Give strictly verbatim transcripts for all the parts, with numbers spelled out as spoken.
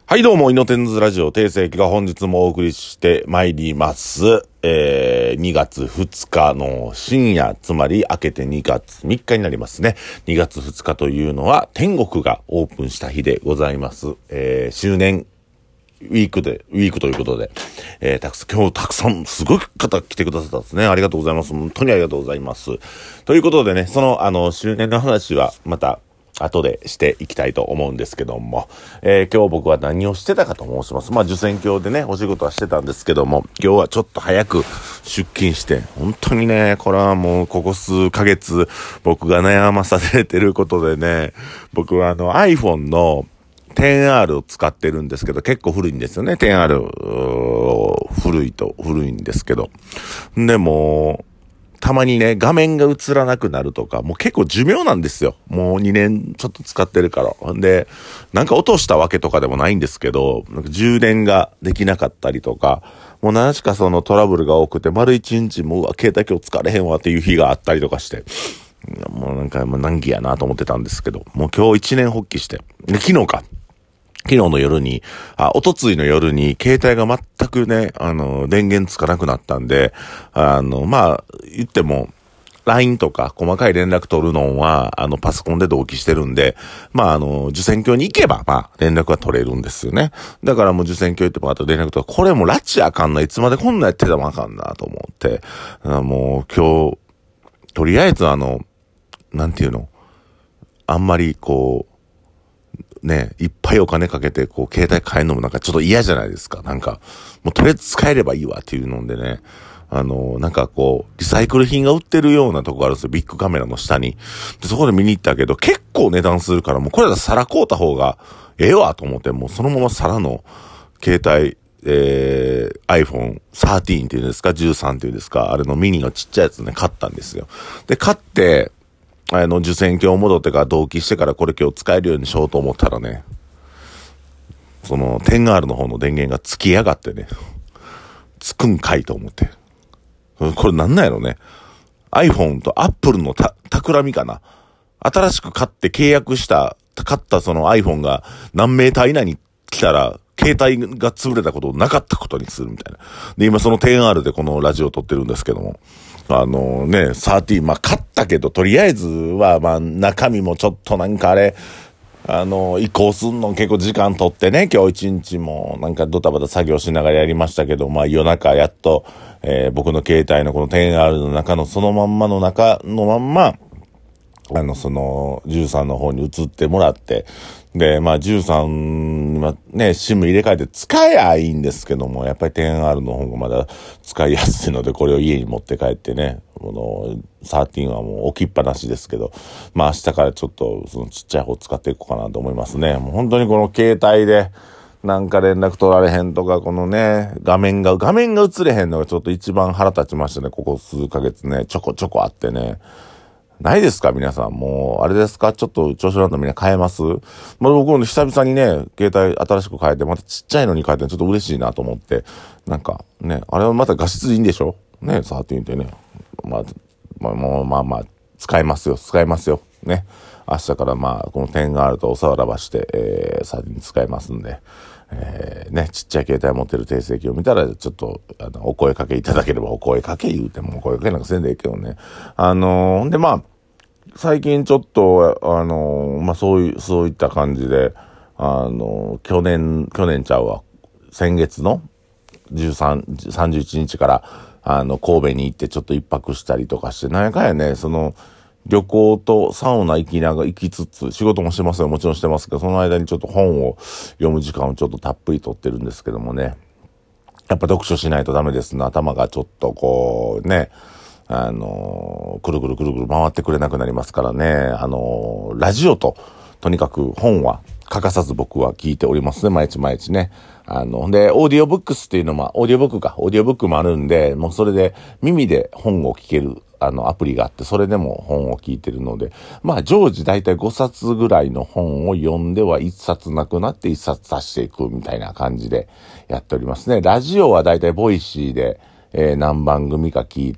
はいどうも、イノテンズラジオ定世紀が本日もお送りして参ります。えー、にがつふつかの深夜、つまり明けてにがつみっかになりますね。にがつふつかというのは天国がオープンした日でございます。えー、周年ウィークで、ウィークということで、えー、たくさん、今日たくさん、すごい方来てくださったんですね。ありがとうございます。本当にありがとうございます。ということでね、その、あの、周年の話はまた、後でしていきたいと思うんですけども、えー、今日僕は何をしてたかと申します。まあ、受選教でね、お仕事はしてたんですけども、今日はちょっと早く出勤して、本当にね、これはもうここ数ヶ月、僕が悩まされてることでね、僕はあの iPhone の テンアール を使ってるんですけど、結構古いんですよね。テンアール、古いと古いんですけど。でも、たまにね、画面が映らなくなるとか、もう結構寿命なんですよ。もうにねんちょっと使ってるから。で、なんか落としたわけとかでもないんですけど、なんか充電ができなかったりとか、もう何しかそのトラブルが多くて、丸一日もうわ、携帯今日疲れへんわっていう日があったりとかして、もうなんかもう難儀やなと思ってたんですけど、もう今日一年発起して、で昨日か。昨日の夜に、あ、おとついの夜に、携帯が全くね、あの、電源つかなくなったんで、あの、まあ、言っても、ライン とか細かい連絡取るのは、あの、パソコンで同期してるんで、まあ、あの、受選教に行けば、まあ、連絡が取れるんですよね。だからもう受選教行ってもらったら連絡取る。これも拉致あかんな。いつまでこんなやってたもあかんなと思って、もう今日、とりあえずあの、なんていうの、あんまりこう、ね、いっぱいお金かけて、こう、携帯変えるのもなんかちょっと嫌じゃないですか。なんか、もうとりあえず使えればいいわっていうのでね、あの、なんかこう、リサイクル品が売ってるようなとこがあるんですよ。ビッグカメラの下に。で、そこで見に行ったけど、結構値段するから、もうこれだ皿買うた方がええわと思って、もうそのまま皿の携帯、えー、アイフォンサーティーン っていうんですか、じゅうさんっていうんですか、あれのミニのちっちゃいやつね、買ったんですよ。で、買って、あの、受選教戻ってから同期してからこれ今日使えるようにしようと思ったらね、その テンアール の方の電源がつきやがってね、つくんかいと思って。これなんなんやろね。iPhone と Apple のた、企みかな。新しく買って契約した、買ったその iPhone が何メーター以内に来たら、携帯が潰れたことをなかったことにするみたいな。で、今その テンアール でこのラジオを撮ってるんですけども。あのね、サーティーン、まあ、買ったけど、とりあえずは、まあ、中身もちょっとなんかあれ、あの、移行すんの結構時間取ってね、今日一日もなんかドタバタ作業しながらやりましたけど、まあ、夜中やっと、えー、僕の携帯のこの テンアール の中のそのまんまの中のまんま、あの、その、じゅうさんの方に移ってもらって、で、まあ、じゅうさん、まあ、ね、SIM 入れ替えて使えばいいんですけども、やっぱり テンアール の方がまだ使いやすいので、これを家に持って帰ってね、この、サーティーンはもう置きっぱなしですけど、まあ、明日からちょっと、そのちっちゃい方使っていこうかなと思いますね。もう本当にこの携帯で、なんか連絡取られへんとか、このね、画面が、画面が映れへんのがちょっと一番腹立ちましたね、ここ数ヶ月ね、ちょこちょこあってね。ないですか皆さん。もう、あれですかちょっと調子乗ったらみんな変えます？まあ、僕も久々にね、携帯新しく変えて、またちっちゃいのに変えてちょっと嬉しいなと思って、なんかね、あれはまた画質いいんでしょね、サーティーンってね。まあ、まあ、もうまあまあ、使いますよ、使いますよ。ね。明日からまあ、この点があるとおさわらばして、えー、サーティーン使いますんで。えー、ね、ちっちゃい携帯持ってる定世紀を見たら、ちょっと、あの、お声かけいただければ、お声かけ言うても、お声かけなんかせんでいいけどね。あのー、で、まあ、最近ちょっと、あのー、まあ、そういう、そういった感じで、あのー、去年、去年ちゃうわ、先月のじゅうさん、さんじゅういちにちから、あの、神戸に行ってちょっと一泊したりとかして、なんやかんやね、その、旅行とサウナ行きながら行きつつ、仕事もしてますよ。もちろんしてますけど、その間にちょっと本を読む時間をちょっとたっぷり取ってるんですけどもね。やっぱ読書しないとダメですね。頭がちょっとこう、ね、あのー、くるくるくるくる回ってくれなくなりますからね。あのー、ラジオと、とにかく本は欠かさず僕は聞いておりますね。毎日毎日ね。あの、で、オーディオブックスっていうのも、オーディオブックか、オーディオブックもあるんで、もうそれで耳で本を聞ける。あの、アプリがあって、それでも本を聞いてるので、まあ、常時だいたいごさつぐらいの本を読んではいっさつなくなっていっさつ足していくみたいな感じでやっておりますね。ラジオはだいたいボイシーで、えー、何番組か聞いて、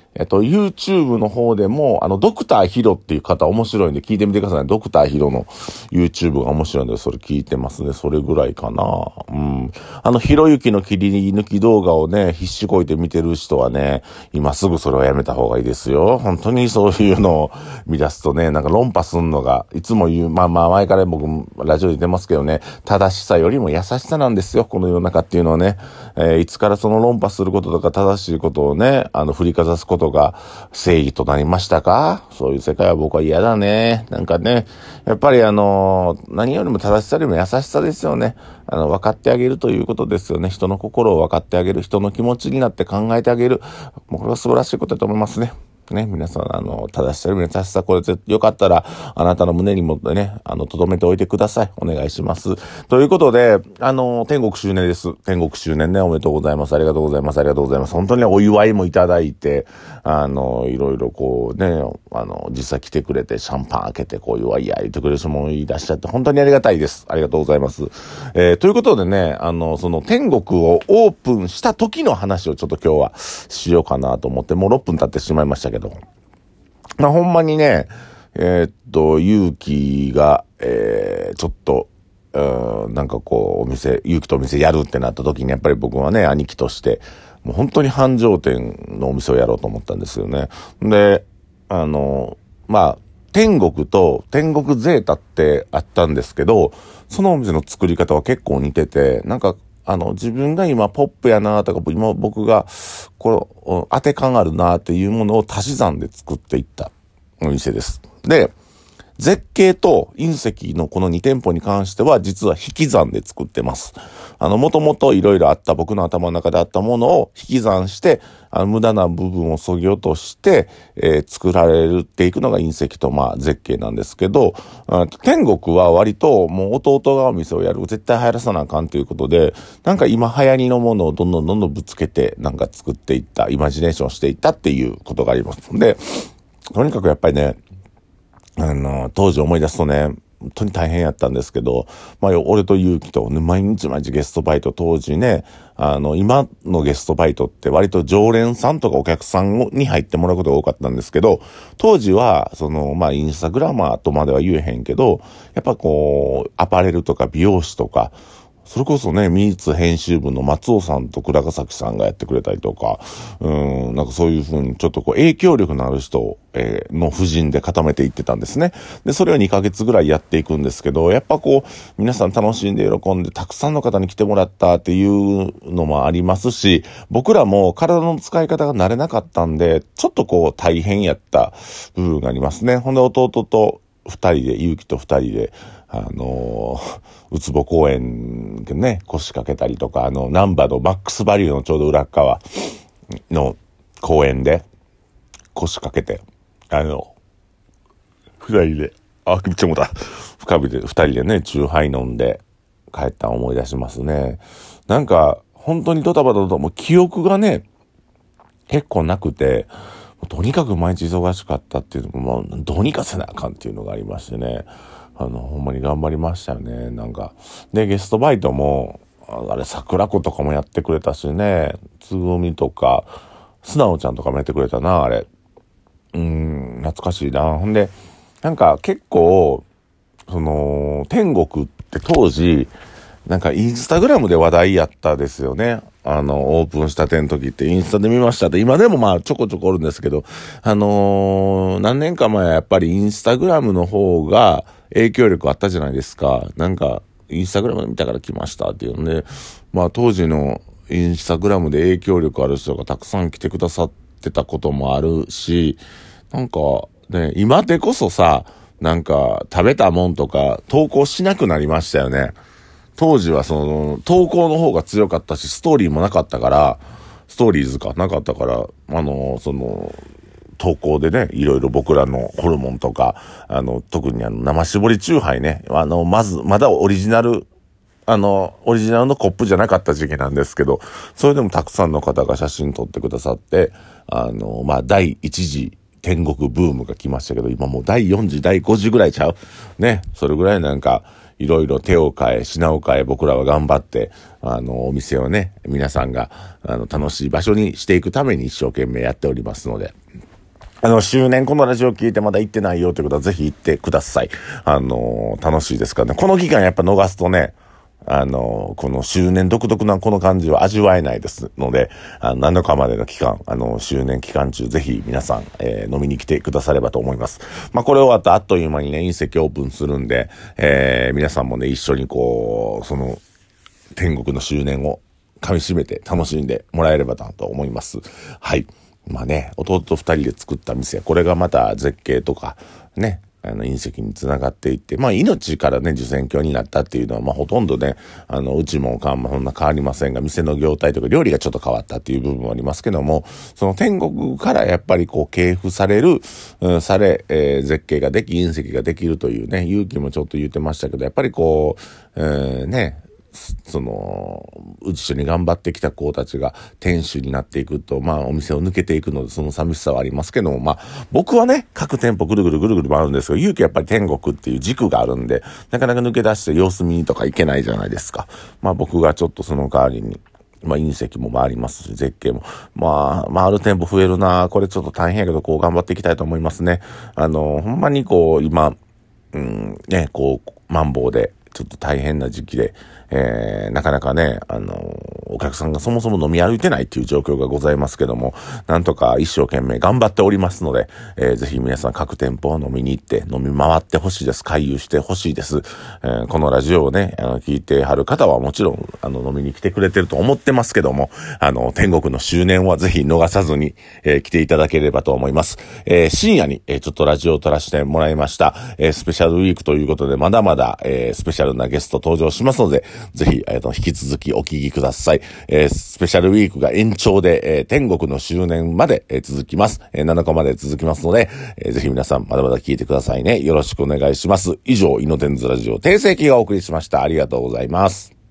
えっと、YouTube の方でも、あの、ドクターヒロっていう方面白いんで聞いてみてください。ドクターヒロの YouTube が面白いんで、それ聞いてますね。それぐらいかな。うん。あの、ひろゆきの切り抜き動画をね、必死こいて見てる人はね、今すぐそれはやめた方がいいですよ。本当にそういうのを見出すとね、なんか論破すんのが、いつも言う、まあまあ前から僕、ラジオで言ってますけどね、正しさよりも優しさなんですよ、この世の中っていうのはね。えー、いつからその論破することとか正しいことをね、あの、振りかざすことが正義となりましたか？そういう世界は僕は嫌だね。なんかね、やっぱりあのー、何よりも正しさよりも優しさですよね。あの、分かってあげるということですよね。人の心を分かってあげる。人の気持ちになって考えてあげる。もうこれは素晴らしいことだと思いますね。ね、皆さん、あの、正しさよりも優しさ、これよかったら、あなたの胸にもね、あの、留めておいてください。お願いします。ということで、あの、天国周年です。天国周年ね、おめでとうございます。ありがとうございます。ありがとうございます。本当にお祝いもいただいて、あの、いろいろこうね、あの、実際来てくれて、シャンパン開けて、こういう祝いやいてくれる人もいらっしゃって、本当にありがたいです。ありがとうございます。えー、ということでね、あの、その天国をオープンした時の話をちょっと今日はしようかなと思って、もうろっぷん経ってしまいましたけど。まあ、ほんまにね、えー、っと、勇気が、えー、ちょっと、うん、なんかこう、お店、勇気とお店やるってなった時に、やっぱり僕はね、兄貴として、もう本当に繁盛店のお店をやろうと思ったんですよね。で、あの、まあ、天国と天国ゼータってあったんですけど、そのお店の作り方は結構似てて、なんか、あの、自分が今ポップやなとか、今僕が、この、当て感あるなっていうものを足し算で作っていったお店です。で、絶景と隕石のこのに店舗に関しては実は引き算で作ってます。あの、もともといろいろあった僕の頭の中であったものを引き算して、あの無駄な部分を削ぎ落として、えー、作られていくのが隕石とまあ絶景なんですけど、天国は割ともう弟がお店をやる。絶対流行らさなあかんということで、なんか今流行りのものをどんどんどんどんぶつけて、なんか作っていった、イマジネーションしていったっていうことがあります。で、とにかくやっぱりね、あの、当時思い出すとね、本当に大変やったんですけど、まあ、俺と勇気と、ね、毎日毎日ゲストバイト、当時ね、あの、今のゲストバイトって割と常連さんとかお客さんに入ってもらうことが多かったんですけど、当時は、その、まあ、インスタグラマーとまでは言えへんけど、やっぱこう、アパレルとか美容師とか、それこそね、ミーツ編集部の松尾さんと倉ヶ崎さんがやってくれたりとか、うん、なんかそういう風にちょっとこう影響力のある人、えー、の布陣で固めていってたんですね。で、それをにかげつぐらいやっていくんですけど、やっぱこう、皆さん楽しんで喜んで、たくさんの方に来てもらったっていうのもありますし、僕らも体の使い方が慣れなかったんで、ちょっとこう大変やった部分がありますね。ほんで弟と二人で、勇気と二人で、あのー、うつぼ公園でね、腰掛けたりとか、あの、ナンバーのバックスバリューのちょうど裏側の公園で腰掛けて、あの、二人で、あ、めっちゃもた、深火で、二人でね、チューハイ飲んで帰ったのを思い出しますね。なんか、本当にドタバタと、もう記憶がね、結構なくて、とにかく毎日忙しかったっていうのも、どうにかせなあかんっていうのがありましてね。あの、ほんまに頑張りましたよね。なんか。で、ゲストバイトも、あれ、桜子とかもやってくれたしね。つぐみとか、素直ちゃんとかもやってくれたな、あれ。うーん、懐かしいな。ほんで、なんか結構、その、天国って当時、なんかインスタグラムで話題やったですよね。あの、オープンしたての時ってインスタで見ましたって、今でもまあちょこちょこおるんですけど、あのー、何年か前はやっぱりインスタグラムの方が影響力あったじゃないですか。なんか、インスタグラムで見たから来ましたっていうので、まあ当時のインスタグラムで影響力ある人がたくさん来てくださってたこともあるし、なんかね、今でこそさ、なんか食べたもんとか投稿しなくなりましたよね。当時はその投稿の方が強かったし、ストーリーもなかったから、ストーリーズかなかったから、あの、その、投稿でね、いろいろ僕らのホルモンとか、あの、特にあの、生搾りチューハイね、あの、まず、まだオリジナル、あの、オリジナルのコップじゃなかった時期なんですけど、それでもたくさんの方が写真撮ってくださって、あの、まあ、第一次天国ブームが来ましたけど、今もう第よん次、第ご次ぐらいちゃうね、それぐらいなんか、 いろいろ手を変え、品を変え、僕らは頑張って、あの、お店をね、皆さんが、あの、楽しい場所にしていくために一生懸命やっておりますので、あの、周年、このラジオ聞いてまだ行ってないよということはぜひ行ってください。あの、楽しいですからね。この期間やっぱ逃すとね、あの、この周年独特なこの感じは味わえないですので、あの、なのかまでの期間、あの、周年期間中、ぜひ皆さん、えー、飲みに来てくださればと思います。まあ、これ終わったあっという間にね、隕石オープンするんで、えー、皆さんもね、一緒にこう、その、天国の周年を噛み締めて楽しんでもらえればなと思います。はい。まあね、弟と二人で作った店、これがまた絶景とか、ね、あの隕石につながっていって、まあ命からね、受選鏡になったっていうのは、まあほとんどね、あの、うちもおかんもそんな変わりませんが、店の業態とか料理がちょっと変わったっていう部分もありますけども、その天国からやっぱりこう、系譜される、うん、され、えー、絶景ができ、隕石ができるというね、勇気もちょっと言ってましたけど、やっぱりこう、えー、ね、その、一緒に頑張ってきた子たちが店主になっていくと、まあお店を抜けていくのでその寂しさはありますけども、まあ僕はね、各店舗ぐるぐるぐるぐる回るんですけど、勇気やっぱり天国っていう軸があるんで、なかなか抜け出して様子見にとか行けないじゃないですか。まあ僕がちょっとその代わりに、まあ隕石も回りますし、絶景も。まあ、回る店舗増えるな。これちょっと大変やけど、こう頑張っていきたいと思いますね。あの、ほんまにこう今、うん、ね、こう、マンボウで、ちょっと大変な時期で、えー、なかなかね、あのー、お客さんがそもそも飲み歩いてないっていう状況がございますけども、なんとか一生懸命頑張っておりますので、えー、ぜひ皆さん各店舗を飲みに行って飲み回ってほしいです。回遊してほしいです。えー、このラジオをね、あの、聞いてはる方はもちろん、あの、飲みに来てくれてると思ってますけども、あの、天国の周年はぜひ逃さずに、えー、来ていただければと思います。えー、深夜に、えー、ちょっとラジオを撮らせてもらいました。えー、スペシャルウィークということで、まだまだ、えー、スペシャルなゲスト登場しますので、ぜひ、えー、と引き続きお聞きください。えー、スペシャルウィークが延長で、えー、天国の周年まで、えー、続きます。えー、なのかまで続きますので、えー、ぜひ皆さんまだまだ聞いてくださいね。よろしくお願いします。以上、イノテンズラジオ定世紀がお送りしました。ありがとうございます。